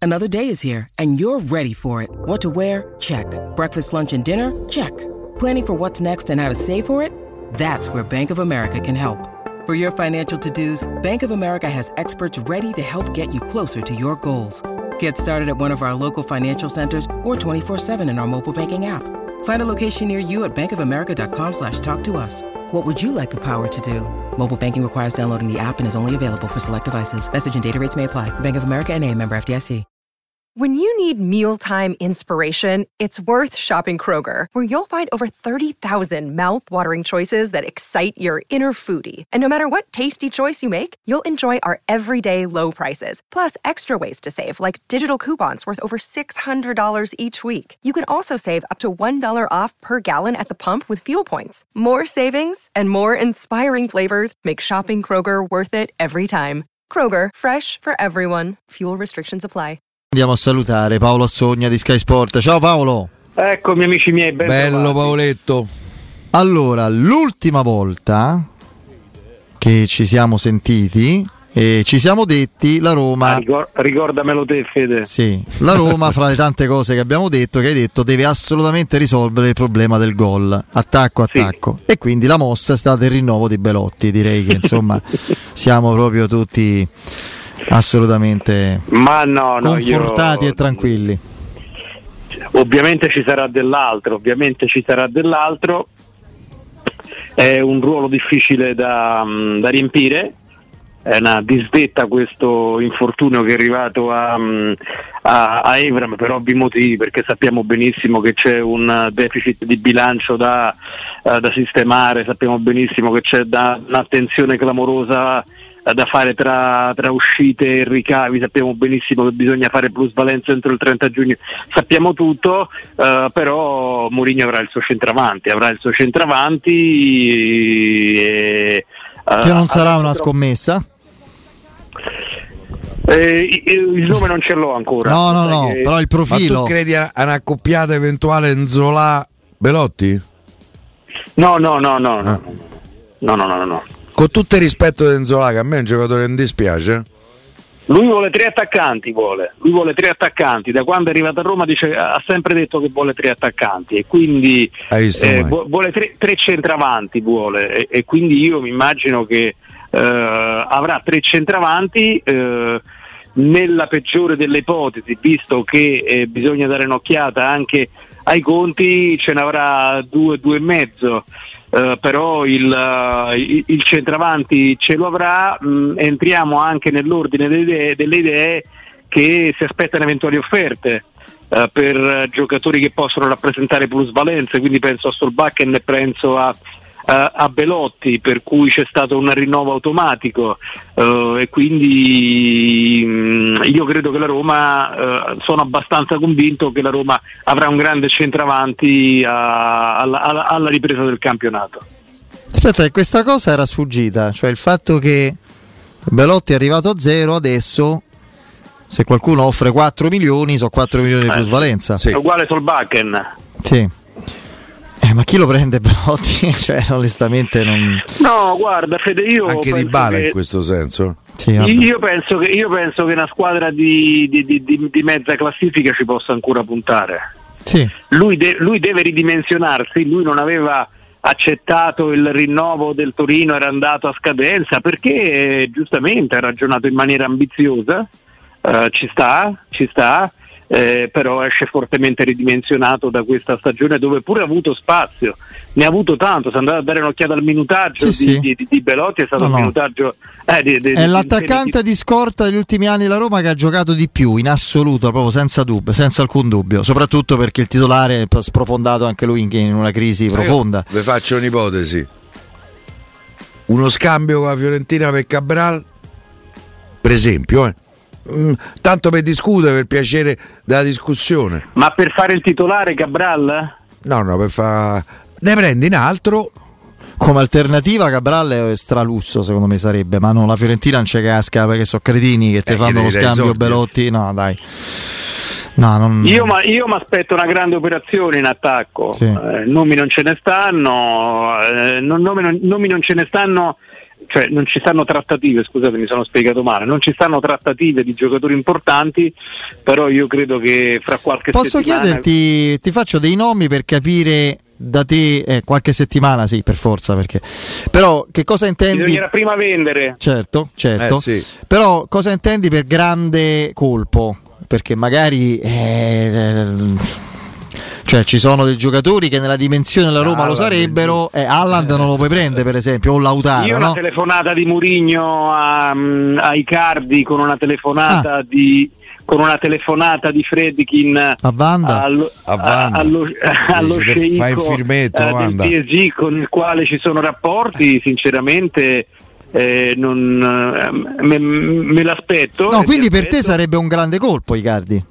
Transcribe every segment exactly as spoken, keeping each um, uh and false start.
Another day is here, and you're ready for it. What to wear? Check. Breakfast, lunch, and dinner? Check. Planning for what's next and how to save for it? That's where Bank of America can help. For your financial to-dos, Bank of America has experts ready to help get you closer to your goals. Get started at one of our local financial centers or twenty-four seven in our mobile banking app. Find a location near you at bankofamerica.com slash talk to us. What would you like the power to do? Mobile banking requires downloading the app and is only available for select devices. Message and data rates may apply. Bank of America N A, member F D I C. When you need mealtime inspiration, it's worth shopping Kroger, where you'll find over thirty thousand mouth-watering choices that excite your inner foodie. And no matter what tasty choice you make, you'll enjoy our everyday low prices, plus extra ways to save, like digital coupons worth over six hundred dollars each week. You can also save up to one dollar off per gallon at the pump with fuel points. More savings and more inspiring flavors make shopping Kroger worth it every time. Kroger, fresh for everyone. Fuel restrictions apply. Andiamo a salutare Paolo Assogna di Sky Sport. Ciao Paolo. Eccomi amici miei, ben bello trovati. Paoletto. Allora, l'ultima volta che ci siamo sentiti e ci siamo detti la Roma, ah, ricor- ricordamelo te Fede. Sì, la Roma fra le tante cose che abbiamo detto, che hai detto, deve assolutamente risolvere il problema del gol, attacco attacco, sì. E quindi la mossa è stata il rinnovo di Belotti. Direi che insomma siamo proprio tutti assolutamente Ma no, no, confortati io... e tranquilli. Ovviamente ci sarà dell'altro, ovviamente ci sarà dell'altro. È un ruolo difficile da, da riempire. È una disdetta questo infortunio che è arrivato a, a, a Evram per ovvi motivi, perché sappiamo benissimo che c'è un deficit di bilancio da, uh, da sistemare, sappiamo benissimo che c'è da, un'attenzione clamorosa da fare tra, tra uscite e ricavi, sappiamo benissimo che bisogna fare plusvalenza entro il trenta giugno, sappiamo tutto, uh, però Mourinho avrà il suo centravanti, avrà il suo centravanti e, uh, che non sarà una scommessa? Eh, il nome non ce l'ho ancora. No, no, no, che... però il profilo. Ma tu credi a un'accoppiata eventuale Nzola-Belotti? No, no, no, no, ah. no, no, no, no, no. Con tutto il rispetto di Nzola, che a me è un giocatore non dispiace. Lui vuole tre attaccanti, vuole. Lui vuole tre attaccanti. Da quando è arrivato a Roma dice, ha sempre detto che vuole tre attaccanti e quindi eh, vuole tre, tre centravanti vuole e, e quindi io mi immagino che eh, avrà tre centravanti eh, nella peggiore delle ipotesi, visto che eh, bisogna dare un'occhiata anche ai conti, ce ne avrà due, due e mezzo. Uh, però il, uh, il, il centravanti ce lo avrà. Mh, entriamo anche nell'ordine delle idee, delle idee che si aspettano eventuali offerte uh, per uh, giocatori che possono rappresentare plusvalenze, quindi penso a Solbakken e penso a, a, a Belotti, per cui c'è stato un rinnovo automatico uh, e quindi mh, io credo che la Roma, uh, sono abbastanza convinto che la Roma avrà un grande centravanti a, alla, alla, alla ripresa del campionato. Aspetta, questa cosa era sfuggita, cioè il fatto che Belotti è arrivato a zero, adesso se qualcuno offre quattro milioni sono quattro milioni di eh, plusvalenza. Sì. È uguale Solbakken. Sì. Eh, ma chi lo prende Belotti? Cioè, onestamente non. No, guarda, Fede, io anche Di Bala che... in questo senso. Sì, io penso che io penso che una squadra di, di, di, di mezza classifica ci possa ancora puntare. Sì. Lui, de- lui deve ridimensionarsi, lui non aveva accettato il rinnovo del Torino, era andato a scadenza perché eh, giustamente ha ragionato in maniera ambiziosa, uh, ci sta, ci sta. Eh, però esce fortemente ridimensionato da questa stagione dove pure ha avuto spazio, ne ha avuto tanto. Se andate a dare un'occhiata al minutaggio sì, di, sì. Di, di, di Belotti è stato no, un no. minutaggio eh, di, di, è di, l'attaccante di... di scorta degli ultimi anni della Roma che ha giocato di più in assoluto, proprio senza dubbio, senza alcun dubbio, soprattutto perché il titolare è sprofondato anche lui in una crisi profonda. Vi faccio un'ipotesi: uno scambio con la Fiorentina per Cabral, per esempio, eh Mm, tanto per discutere, per piacere della discussione. Ma per fare il titolare Cabral? No, no, per fare. Ne prendi un altro. Come alternativa Cabral è stralusso, secondo me sarebbe, ma no, la Fiorentina non c'è casca perché sono cretini che ti eh, fanno lo scambio Belotti. No, dai. No, non... Io mi io aspetto una grande operazione in attacco. Sì. Eh, nomi non ce ne stanno, eh, non, nomi, non, nomi non ce ne stanno. cioè non ci stanno trattative, scusate mi sono spiegato male, non ci stanno trattative di giocatori importanti, però io credo che fra qualche Posso settimana... Posso chiederti, ti faccio dei nomi per capire da te, eh, qualche settimana sì, per forza, perché però che cosa intendi? Bisognerà prima vendere. Certo, certo. Eh, sì. Però cosa intendi per grande colpo? Perché magari... Eh, cioè ci sono dei giocatori che nella dimensione della Roma Haaland, lo sarebbero, e eh, Haaland non lo puoi prendere per esempio, o Lautaro. Io una no? telefonata di Mourinho a, a Icardi con una telefonata ah. di con una telefonata di Fredkin a Vanda allo, a Vanda. allo, allo sceicco uh, del P S G con il quale ci sono rapporti, sinceramente eh, non eh, me, me l'aspetto. No, quindi per aspetto. te sarebbe un grande colpo Icardi?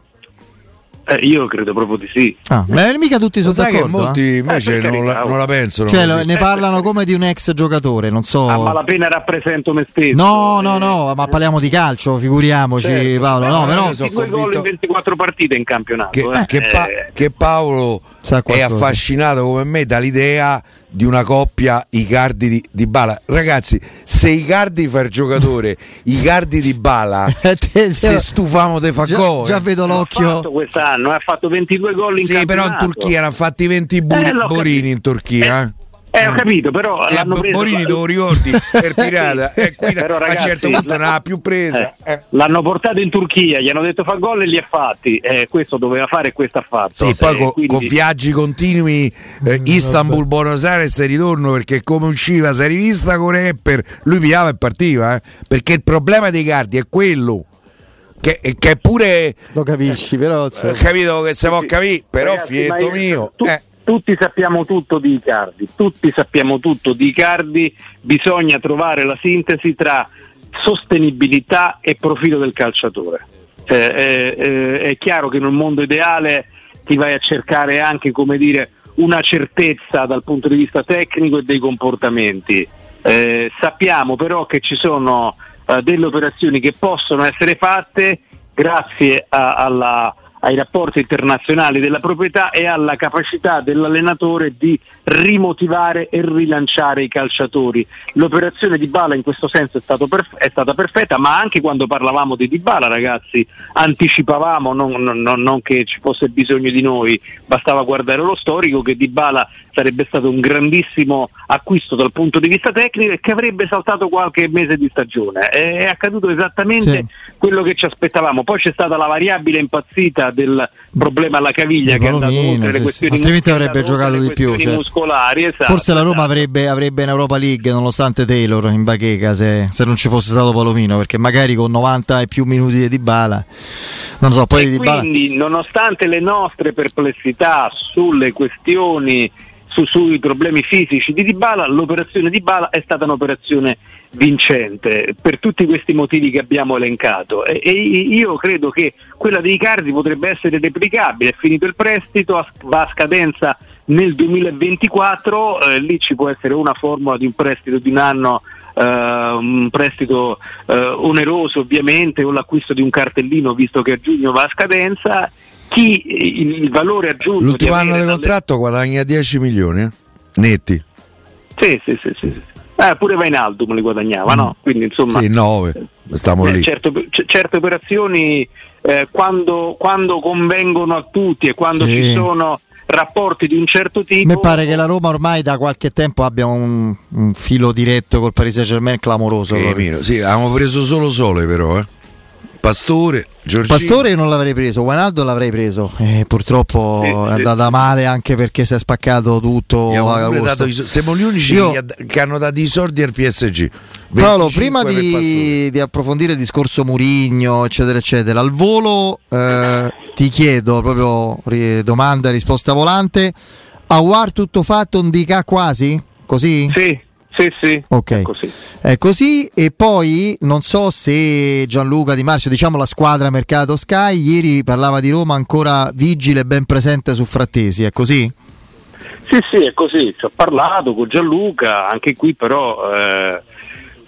Eh, io credo proprio di sì. Ah, ma mica tutti sono sai d'accordo. Che molti eh? invece eh, non, la, non la pensano. Cioè lo, ne parlano come di un ex giocatore, non so. A malapena rappresento me stesso. No, no, no, ma parliamo di calcio, figuriamoci, certo. Paolo. No, però ventidue gol in ventiquattro partite in campionato. Che, eh. che, pa- che Paolo è affascinato come me dall'idea di una coppia Icardi di, di Bala. Ragazzi, se Icardi fa il giocatore, Icardi di Bala, se stufamo de fa gol. Già vedo l'occhio. Ha fatto quest'anno, ha fatto ventidue gol in sì, campionato. Sì, però in Turchia ne ha fatti venti buri, eh, Borini in Turchia. Eh. Eh, ho capito, però eh, l'hanno preso. Borini te lo ricordi per pirata, sì. eh, qui però, ragazzi, a un certo punto non ha più presa. Eh, eh. L'hanno portato in Turchia, gli hanno detto fa gol e li ha fatti. Eh, questo doveva fare e questo ha fatto. Sì, poi eh, con, quindi... con viaggi continui eh, Istanbul, Buenos Aires e ritorno, perché come usciva, si è rivista con Rapper, lui pigliava e partiva. Eh, perché il problema dei Icardi è quello. Che, che pure lo capisci, però ho capito che si può capire, però ragazzi, fietto io, mio. Tu, eh. Tutti sappiamo tutto di Icardi, tutti sappiamo tutto di Icardi, bisogna trovare la sintesi tra sostenibilità e profilo del calciatore. Eh, eh, è chiaro che in un mondo ideale ti vai a cercare anche, come dire, una certezza dal punto di vista tecnico e dei comportamenti. Eh, sappiamo però che ci sono uh, delle operazioni che possono essere fatte grazie a, alla ai rapporti internazionali della proprietà e alla capacità dell'allenatore di rimotivare e rilanciare i calciatori. L'operazione di Dybala in questo senso è, stato perf- è stata perfetta, ma anche quando parlavamo di Dybala, ragazzi, anticipavamo, non, non, non che ci fosse bisogno di noi, bastava guardare lo storico, che Dybala sarebbe stato un grandissimo acquisto dal punto di vista tecnico e che avrebbe saltato qualche mese di stagione. È accaduto esattamente sì. quello che ci aspettavamo. Poi c'è stata la variabile impazzita del problema alla caviglia, che è andato oltre le questioni, altrimenti avrebbe giocato di più, certo. muscolari, esatto, forse la Roma esatto. avrebbe, avrebbe in Europa League nonostante Taylor in bacheca, se, se non ci fosse stato Palomino, perché magari con novanta e più minuti di Dybala non so, poi e di Dybala... quindi nonostante le nostre perplessità sulle questioni Su, sui problemi fisici di Dybala, l'operazione Dybala è stata un'operazione vincente per tutti questi motivi che abbiamo elencato e, e io credo che quella di Icardi potrebbe essere replicabile. È finito il prestito, va a scadenza nel duemilaventiquattro, eh, lì ci può essere una formula di un prestito di un anno, Uh, un prestito uh, oneroso ovviamente, o l'acquisto di un cartellino visto che a giugno va a scadenza. Chi il, il valore aggiunto l'ultimo di anno di contratto dalle... guadagna dieci milioni eh? netti. Sì, sì, sì, sì. Eh, pure Wijnaldum li guadagnava, mm. no? Quindi insomma sì, nove, stiamo eh, lì. Certo, c- certe operazioni eh, quando, quando convengono a tutti e quando sì. ci sono rapporti di un certo tipo. Mi pare che la Roma ormai da qualche tempo abbia un, un filo diretto col Paris Saint-Germain clamoroso. Eh, miro, sì, abbiamo preso solo Sole però, eh. Pastore, Giorgino. Pastore io non l'avrei preso, Wijnaldum l'avrei preso, eh, purtroppo sì, è andata sì. male anche perché si è spaccato tutto. Dato i, siamo gli unici io, che hanno dato i soldi al P S G. Paolo, prima di, di approfondire il discorso Mourinho eccetera eccetera, al volo eh, ti chiedo proprio domanda e risposta volante: Aouar tutto fatto, un D K quasi? Così? Sì. Sì, sì, ok, è così. È così. E poi non so se Gianluca Di Marzio, diciamo la squadra mercato Sky, ieri parlava di Roma ancora vigile e ben presente su Frattesi, è così? Sì, sì, è così, ci ho parlato con Gianluca, anche qui però eh,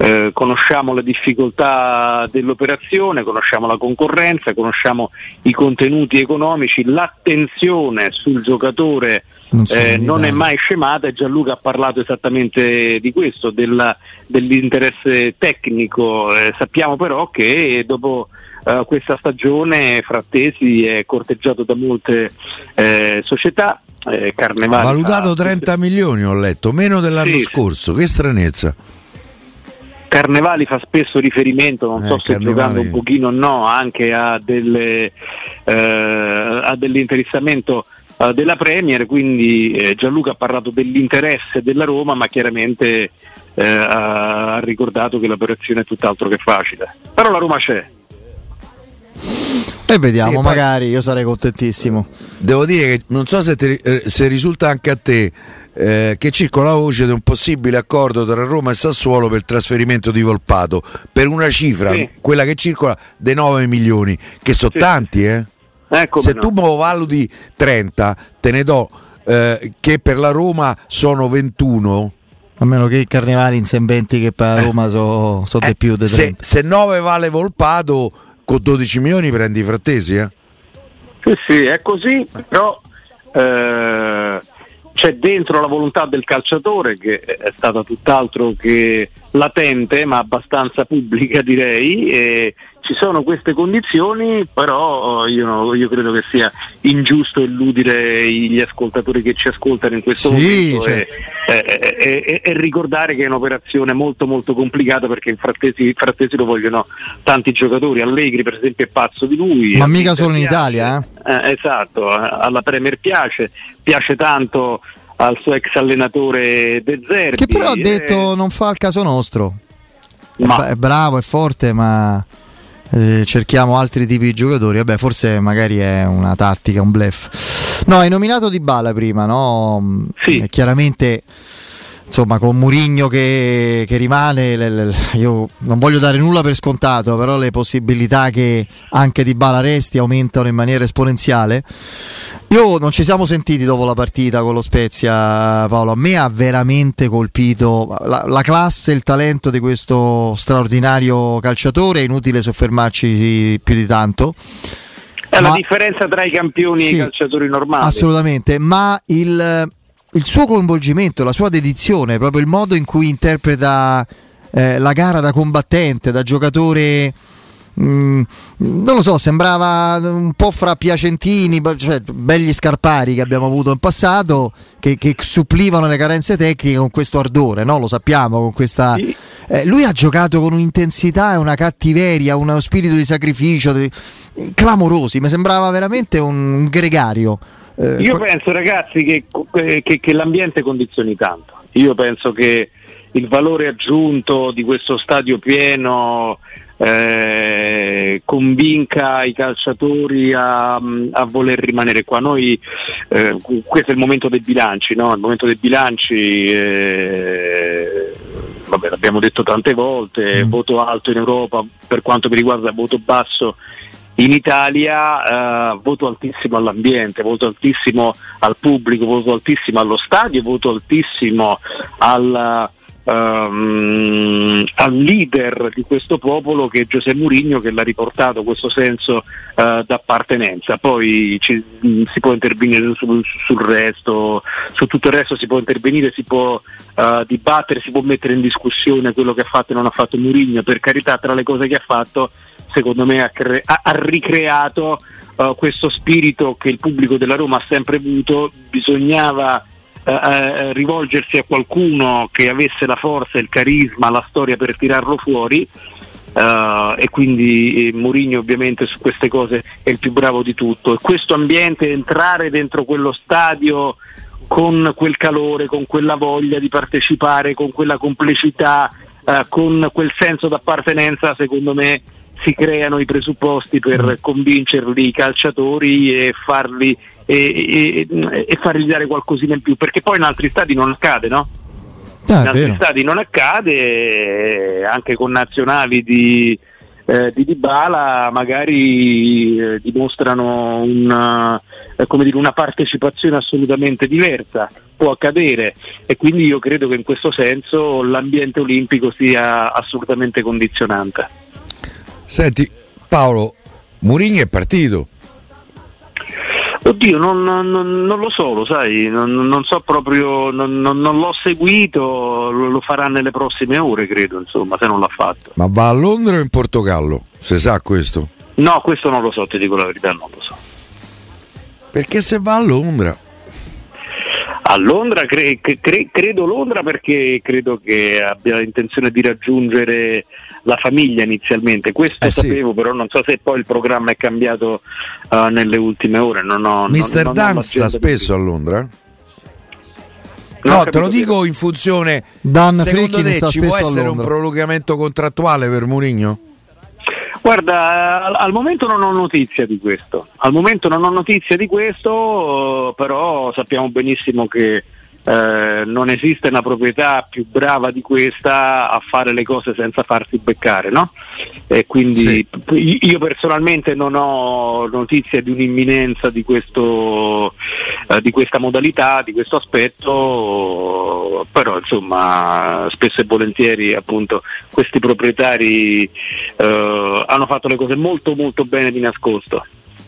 eh, conosciamo le difficoltà dell'operazione, conosciamo la concorrenza, conosciamo i contenuti economici, l'attenzione sul giocatore non, eh, non è mai scemata, e Gianluca ha parlato esattamente di questo, della, dell'interesse tecnico. Eh, sappiamo però che dopo Uh, questa stagione Frattesi è corteggiato da molte eh, società. eh, Carnevali valutato fa... trenta milioni, ho letto, meno dell'anno sì. scorso, che stranezza. Carnevali fa spesso riferimento, non eh, so se Carnevali... giocando un pochino o no, anche a, delle, eh, a dell'interessamento uh, della Premier, quindi eh, Gianluca ha parlato dell'interesse della Roma, ma chiaramente eh, ha ricordato che l'operazione è tutt'altro che facile, però la Roma c'è. E vediamo, sì, magari io sarei contentissimo. Devo dire che non so se, te, eh, se risulta anche a te eh, che circola la voce di un possibile accordo tra Roma e Sassuolo per il trasferimento di Volpato per una cifra, sì. quella che circola, dei nove milioni, che sono sì. tanti, eh? eh se no. tu me lo valuti trenta, te ne do eh, che per la Roma sono ventuno. A meno che i Carnevali in inventi che per la Roma sono so eh, di più di trenta. Se, se nove vale Volpato, con dodici milioni prendi i Frattesi, eh? Sì, sì, è così, però eh, c'è dentro la volontà del calciatore, che è stata tutt'altro che latente, ma abbastanza pubblica, direi, e ci sono queste condizioni, però io, no, io credo che sia ingiusto illudere gli ascoltatori che ci ascoltano in questo sì, momento certo. e, e, e, e ricordare che è un'operazione molto molto complicata, perché in Frattesi, in Frattesi lo vogliono tanti giocatori. Allegri per esempio è pazzo di lui, ma mica solo in Italia, eh? Eh, esatto, alla Premier piace piace tanto al suo ex allenatore De Zerbi, che però ha detto eh... non fa il caso nostro, ma... è bravo, è forte, ma eh, cerchiamo altri tipi di giocatori. Vabbè, forse magari è una tattica, un bluff. No, hai nominato Dybala prima, no? Sì. Eh, chiaramente, insomma, con Mourinho che, che rimane, le, le, io non voglio dare nulla per scontato, però le possibilità che anche Dybala resti aumentano in maniera esponenziale. Io non ci siamo sentiti dopo la partita con lo Spezia, Paolo. A me ha veramente colpito la, la classe e il talento di questo straordinario calciatore. È inutile soffermarci più di tanto. È ma, la differenza tra i campioni sì, e i calciatori normali. Assolutamente, ma il, il suo coinvolgimento, la sua dedizione, proprio il modo in cui interpreta eh, la gara da combattente, da giocatore... Mm, non lo so, sembrava un po' fra Piacentini, cioè begli Scarpari che abbiamo avuto in passato, che, che supplivano le carenze tecniche con questo ardore, no? Lo sappiamo, con questa sì. eh, lui ha giocato con un'intensità e una cattiveria, uno spirito di sacrificio di, clamorosi, mi sembrava veramente un, un gregario. eh, io qu- penso ragazzi che, che, che l'ambiente condizioni tanto. Io penso che il valore aggiunto di questo stadio pieno Eh, convinca i calciatori a, a voler rimanere qua. Noi eh, questo è il momento dei bilanci, no? Il momento dei bilanci eh, vabbè, l'abbiamo detto tante volte, mm. voto alto in Europa, per quanto mi riguarda voto basso in Italia, eh, voto altissimo all'ambiente, voto altissimo al pubblico, voto altissimo allo stadio, voto altissimo al Um, al leader di questo popolo, che è José Mourinho, che l'ha riportato questo senso uh, d'appartenenza. Poi ci, mh, si può intervenire sul, sul resto, su tutto il resto si può intervenire, si può uh, dibattere, si può mettere in discussione quello che ha fatto e non ha fatto Mourinho. Per carità, tra le cose che ha fatto, secondo me ha, cre- ha, ha ricreato uh, questo spirito che il pubblico della Roma ha sempre avuto. Bisognava Uh, rivolgersi a qualcuno che avesse la forza, il carisma, la storia per tirarlo fuori, uh, e quindi eh, Mourinho ovviamente su queste cose è il più bravo di tutto. E questo ambiente, entrare dentro quello stadio con quel calore, con quella voglia di partecipare, con quella complicità, uh, con quel senso d'appartenenza, secondo me si creano i presupposti per convincerli i calciatori e farli e, e, e fargli dare qualcosina in più, perché poi in altri stadi non accade, no? Ah, in altri vero. stadi non accade, anche con nazionali di eh, di Dybala magari eh, dimostrano una, eh, come dire, una partecipazione assolutamente diversa. Può accadere, e quindi io credo che in questo senso l'ambiente olimpico sia assolutamente condizionante. Senti Paolo, Mourinho è partito. Oddio, non, non, non lo so, lo sai, non, non so proprio, non, non, non l'ho seguito, lo, lo farà nelle prossime ore, credo, insomma, se non l'ha fatto. Ma va a Londra o in Portogallo? Se sa questo? No, questo non lo so, ti dico la verità, non lo so. Perché se va a Londra? A Londra, cre- cre- credo Londra perché credo che abbia intenzione di raggiungere la famiglia inizialmente, questo eh sì. sapevo, però non so se poi il programma è cambiato uh, nelle ultime ore. Non ho, mister non, Dan non sta spesso a Londra? No, no te lo dico in funzione. Dan secondo Frickin te ci può essere un prolungamento contrattuale per Mourinho? Guarda, al, al momento non ho notizia di questo. Al momento non ho notizia di questo, però sappiamo benissimo che Eh, non esiste una proprietà più brava di questa a fare le cose senza farsi beccare, no? E quindi sì. Io personalmente non ho notizia di un'imminenza di questo eh, di questa modalità, di questo aspetto, però insomma spesso e volentieri appunto questi proprietari eh, hanno fatto le cose molto molto bene di nascosto.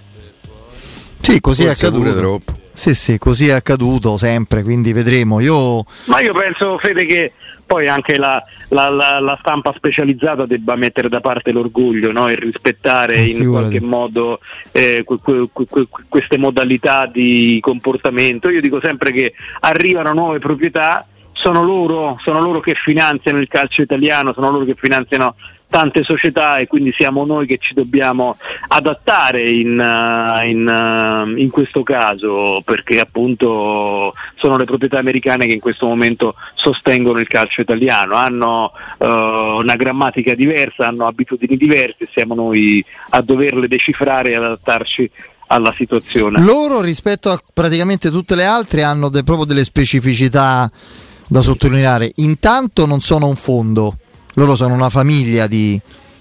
Sì, così è accaduto. Sì, sì, così è accaduto sempre, quindi vedremo. Io Ma io penso, Fede, che poi anche la, la, la, la stampa specializzata debba mettere da parte l'orgoglio, no? E rispettare in Figurati. qualche modo eh, que, que, que, queste modalità di comportamento. Io dico sempre che arrivano nuove proprietà, sono loro, sono loro che finanziano il calcio italiano, sono loro che finanziano tante società, e quindi siamo noi che ci dobbiamo adattare in, uh, in, uh, in questo caso, perché appunto sono le proprietà americane che in questo momento sostengono il calcio italiano, hanno uh, una grammatica diversa, hanno abitudini diverse, siamo noi a doverle decifrare e adattarci alla situazione. Loro rispetto a praticamente tutte le altre hanno de- proprio delle specificità da sottolineare. Intanto non sono un fondo, loro sono una famiglia di,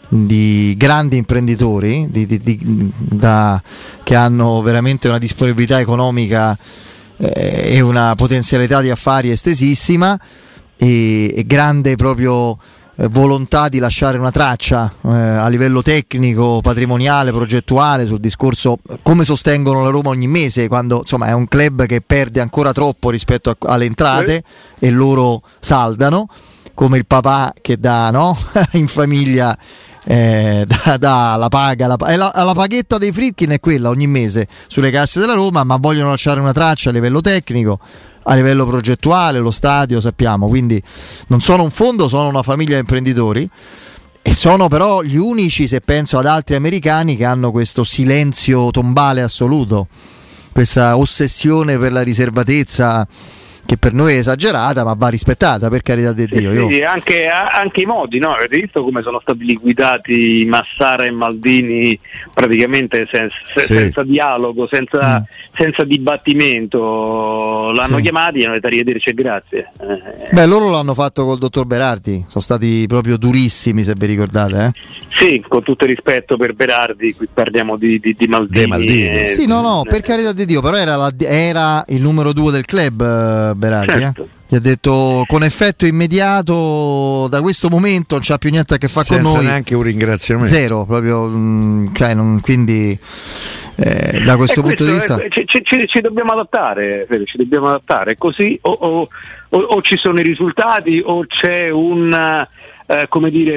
di grandi imprenditori di, di, di, da, che hanno veramente una disponibilità economica eh, e una potenzialità di affari estesissima, e, e grande proprio eh, volontà di lasciare una traccia eh, a livello tecnico, patrimoniale, progettuale sul discorso, come sostengono la Roma ogni mese, quando insomma è un club che perde ancora troppo rispetto a, alle entrate, sì. E loro saldano, come il papà che dà, no? In famiglia eh, dà, dà la paga, la, la, la paghetta dei Friedkin è quella ogni mese sulle casse della Roma, ma vogliono lasciare una traccia a livello tecnico, a livello progettuale, lo stadio sappiamo, quindi non sono un fondo, sono una famiglia di imprenditori, e sono però gli unici, se penso ad altri americani, che hanno questo silenzio tombale assoluto, questa ossessione per la riservatezza che per noi è esagerata, ma va rispettata, per carità di Dio. Sì, Io... sì, anche, anche i modi, no? Avete visto come sono stati liquidati Massara e Maldini praticamente senza, sì. senza dialogo, senza, mm. senza dibattimento, l'hanno sì. chiamati e hanno detto arrivederci e grazie. Eh. Beh, loro l'hanno fatto col dottor Berardi, sono stati proprio durissimi, se vi ricordate. Eh? Sì, con tutto il rispetto per Berardi, qui parliamo di, di, di Maldini. De Maldini. Eh, sì, no, no, per carità di Dio, però era, la, era il numero due del club. Berardi, certo. eh? Gli ha detto con effetto immediato, da questo momento non c'ha più niente a che fare con noi, senza neanche un ringraziamento, zero proprio, mh, cioè non, quindi eh, da questo e punto questo, di vista ci, ci, ci dobbiamo adattare, Fede, ci dobbiamo adattare così o, o, o, o ci sono i risultati o c'è un eh, come dire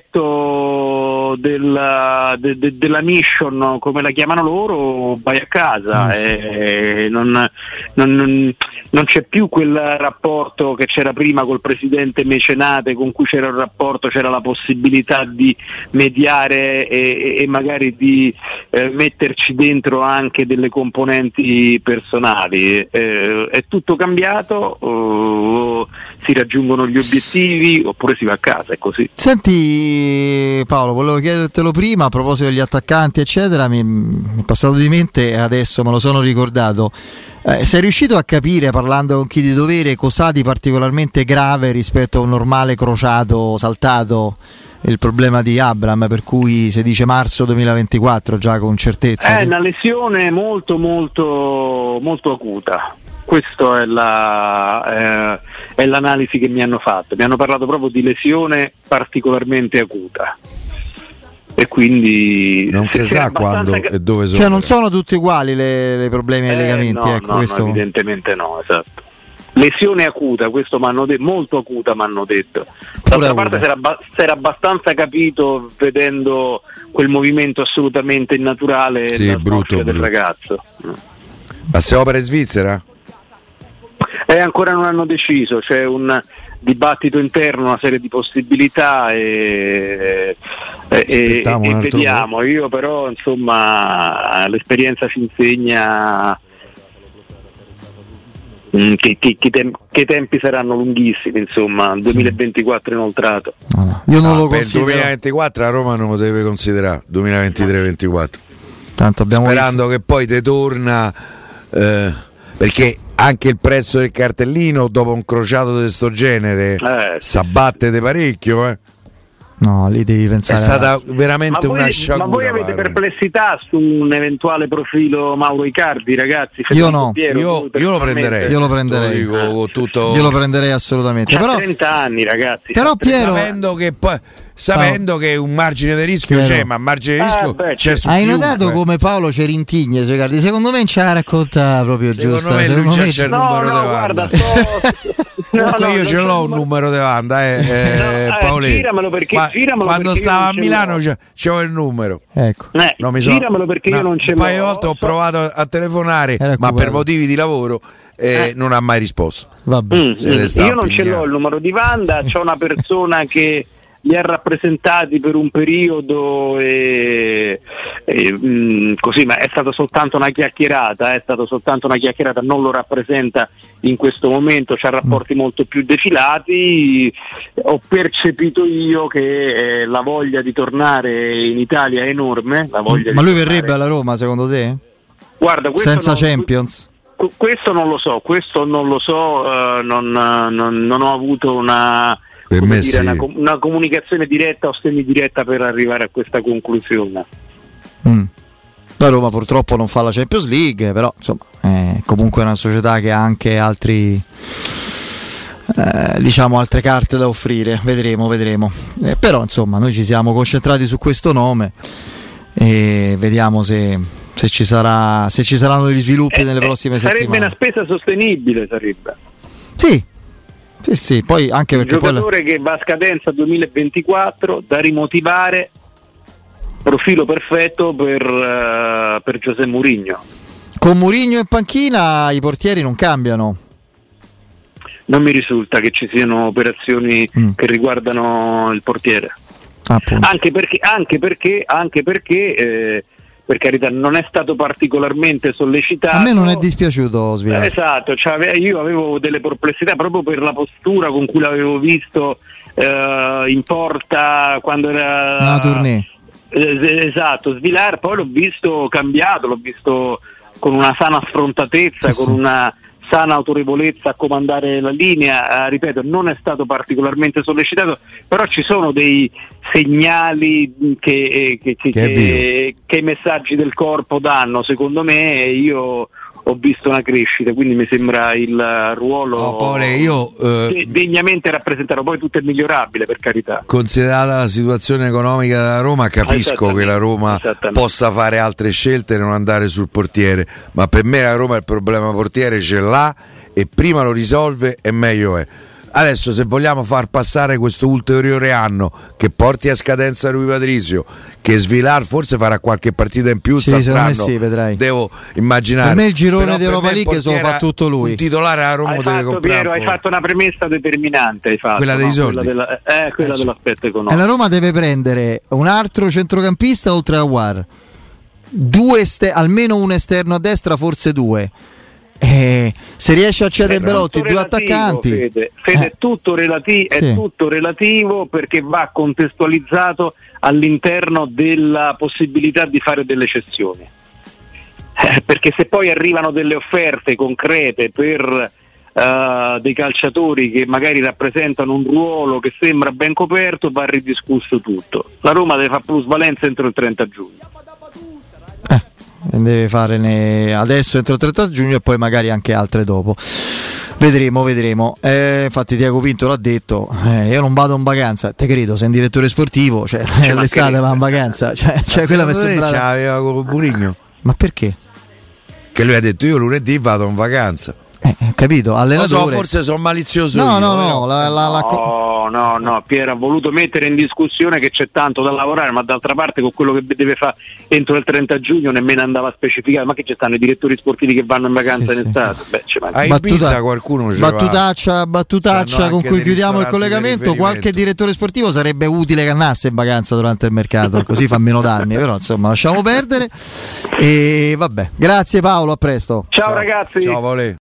rispetto della, de, de, della mission, come la chiamano loro, vai a casa. mm. e non, non, non, non c'è più quel rapporto che c'era prima col presidente mecenate, con cui c'era un rapporto, c'era la possibilità di mediare e, e magari di eh, metterci dentro anche delle componenti personali. Eh, è tutto cambiato, oh, si raggiungono gli obiettivi oppure si va a casa, è così. Senti Paolo, volevo chiedertelo prima a proposito degli attaccanti eccetera, mi, mi è passato di mente e adesso me lo sono ricordato. Eh, sei riuscito a capire, parlando con chi di dovere, cos'ha di particolarmente grave rispetto a un normale crociato saltato il problema di Abraham, per cui si dice marzo duemilaventiquattro già con certezza. È una lesione molto molto molto acuta. Questa è, la, eh, è l'analisi che mi hanno fatto. Mi hanno parlato proprio di lesione particolarmente acuta. E quindi non si sa quando ca- e dove sono. Cioè non sono tutti uguali le, le problemi ai eh, legamenti. No, ecco, no, questo... no, evidentemente no, esatto. Lesione acuta, questo m'hanno detto, molto acuta m'hanno detto. D'altra parte si era, ba- si era abbastanza capito vedendo quel movimento assolutamente innaturale sì, brutto, del brutto. ragazzo. Ma se opera in Svizzera? Eh, ancora non hanno deciso, c'è un dibattito interno, una serie di possibilità e, e, e, e vediamo. Io però insomma l'esperienza ci insegna mm, che, che, che, tem- che tempi saranno lunghissimi, insomma, duemilaventiquattro inoltrato. No, io non ah, lo per considero. duemilaventiquattro a Roma non lo deve considerare, duemilaventitré ventiquattro. Tanto abbiamo sperando visto. che poi te torna eh, perché anche il prezzo del cartellino dopo un crociato di sto genere eh, s'abbatte parecchio, eh. No, lì devi pensare. È stata veramente ma una voi, sciagura. Ma voi avete padre. perplessità su un eventuale profilo Mauro Icardi, ragazzi? Io no, Piero, io, io lo prenderei. Io lo prenderei. Lo dico, con tutto... Io lo prenderei assolutamente. C'ha però trenta anni, ragazzi. Però Piero, sapendo che poi sapendo oh. che un margine di rischio Piero. c'è, ma margine di rischio ah, beh, c'è su hai chiunque. notato come Paolo ci rintigna, cioè, guardi, secondo me ce la racconta proprio secondo giusta. Me secondo lui me c'è il no, numero no, di guarda, Wanda. sto... Comunque no, no, io ce l'ho un numero di Wanda, eh, eh, no, eh, Paoletti. giramelo perché, Qua, giramelo quando perché stava a Milano c'è, c'avevo il numero. Ecco. Eh, no, mi so, giramelo perché no, io non ce l'ho. Un paio di volte ho provato a telefonare, Era ma occupato. per motivi di lavoro eh, Eh. non ha mai risposto. Vabbè. Mm, mm. Io non ce pignando. l'ho il numero di Wanda, c'è una persona che li ha rappresentati per un periodo e, e mh, così, ma è stata soltanto una chiacchierata, è stata soltanto una chiacchierata, non lo rappresenta in questo momento, c'ha rapporti mm. molto più defilati. Ho percepito io che eh, la voglia di tornare in Italia è enorme. La voglia Ma di lui tornare... verrebbe alla Roma secondo te? Guarda, senza non, Champions? Questo non lo so, questo non lo so, uh, non, non, non ho avuto una Per me dire, sì. una, una comunicazione diretta o semidiretta per arrivare a questa conclusione. Mm. La Roma purtroppo non fa la Champions League, però insomma è comunque una società che ha anche altri eh, diciamo altre carte da offrire, vedremo, vedremo. Eh, però insomma noi ci siamo concentrati su questo nome e vediamo se, se ci sarà se ci saranno degli sviluppi eh, nelle prossime sarebbe settimane. Sarebbe una spesa sostenibile, sarebbe. Sì. Sì, sì, poi anche un perché giocatore poi la... che va a scadenza duemilaventiquattro da rimotivare, profilo perfetto per, uh, per José Mourinho. Con Mourinho in panchina i portieri non cambiano. Non mi risulta che ci siano operazioni mm. che riguardano il portiere. Appunto. Anche perché, anche perché, anche perché eh, per carità non è stato particolarmente sollecitato. A me non è dispiaciuto Svilar. Eh, esatto, cioè, io avevo delle perplessità proprio per la postura con cui l'avevo visto eh, in porta quando era una tournée. Eh, esatto, Svilar, poi l'ho visto cambiato, l'ho visto con una sana sfrontatezza, sì, con sì. una sana autorevolezza a comandare la linea, eh, ripeto, non è stato particolarmente sollecitato, però ci sono dei segnali che, che, che, che, che i messaggi del corpo danno, secondo me. Io ho visto una crescita, quindi mi sembra il ruolo oh, Pole, io, eh, degnamente rappresentato. Poi tutto è migliorabile, per carità. Considerata la situazione economica della Roma, capisco che la Roma possa fare altre scelte e non andare sul portiere, ma per me la Roma il problema portiere ce l'ha e prima lo risolve e meglio è. Adesso se vogliamo far passare questo ulteriore anno che porti a scadenza Rui Patricio, che Svilar forse farà qualche partita in più, sì, anno, sì, vedrai. Devo immaginare. Per me il girone di Europa League se lo fa tutto lui. Un titolare a Roma hai deve fatto, comprare. Piero, hai fatto una premessa determinante, hai fatto, quella dei no? soldi. Quella, della, eh, quella eh, dell'aspetto economico. E la Roma deve prendere un altro centrocampista oltre a Aouar, due este- almeno un esterno a destra, forse due. Eh, se riesce a cedere Belotti, due attaccanti, Fede, Fede eh. è, tutto relati- sì. è tutto relativo perché va contestualizzato all'interno della possibilità di fare delle cessioni, eh, perché se poi arrivano delle offerte concrete per uh, dei calciatori che magari rappresentano un ruolo che sembra ben coperto, va ridiscusso tutto. La Roma deve fare plusvalenza entro il trenta giugno. Eh, deve fare adesso entro il trenta giugno e poi magari anche altre dopo. Vedremo, vedremo. Eh, infatti Diego Pinto l'ha detto, eh, io non vado in vacanza, te credo, sei un direttore sportivo, cioè eh, l'estate va in vacanza, cioè, cioè quella mi sembra. Ce l'aveva con Burigno. Ma perché? Che lui ha detto io lunedì vado in vacanza. Eh, capito, allenatore. Lo so, forse sono malizioso. No, io, no, no, la, la, la... no, no, no, Piero ha voluto mettere in discussione che c'è tanto da lavorare, ma d'altra parte con quello che deve fare entro il trenta giugno nemmeno andava a specificare, ma che ci stanno i direttori sportivi che vanno in vacanza sì, in estate? Sì. Beh, ci a Ibiza qualcuno ci battutaccia, battutaccia con cui chiudiamo il collegamento. Qualche direttore sportivo sarebbe utile che andasse in vacanza durante il mercato, così fa meno danni, però insomma lasciamo perdere. E vabbè, grazie Paolo, a presto. Ciao, ciao ragazzi. Ciao Vole.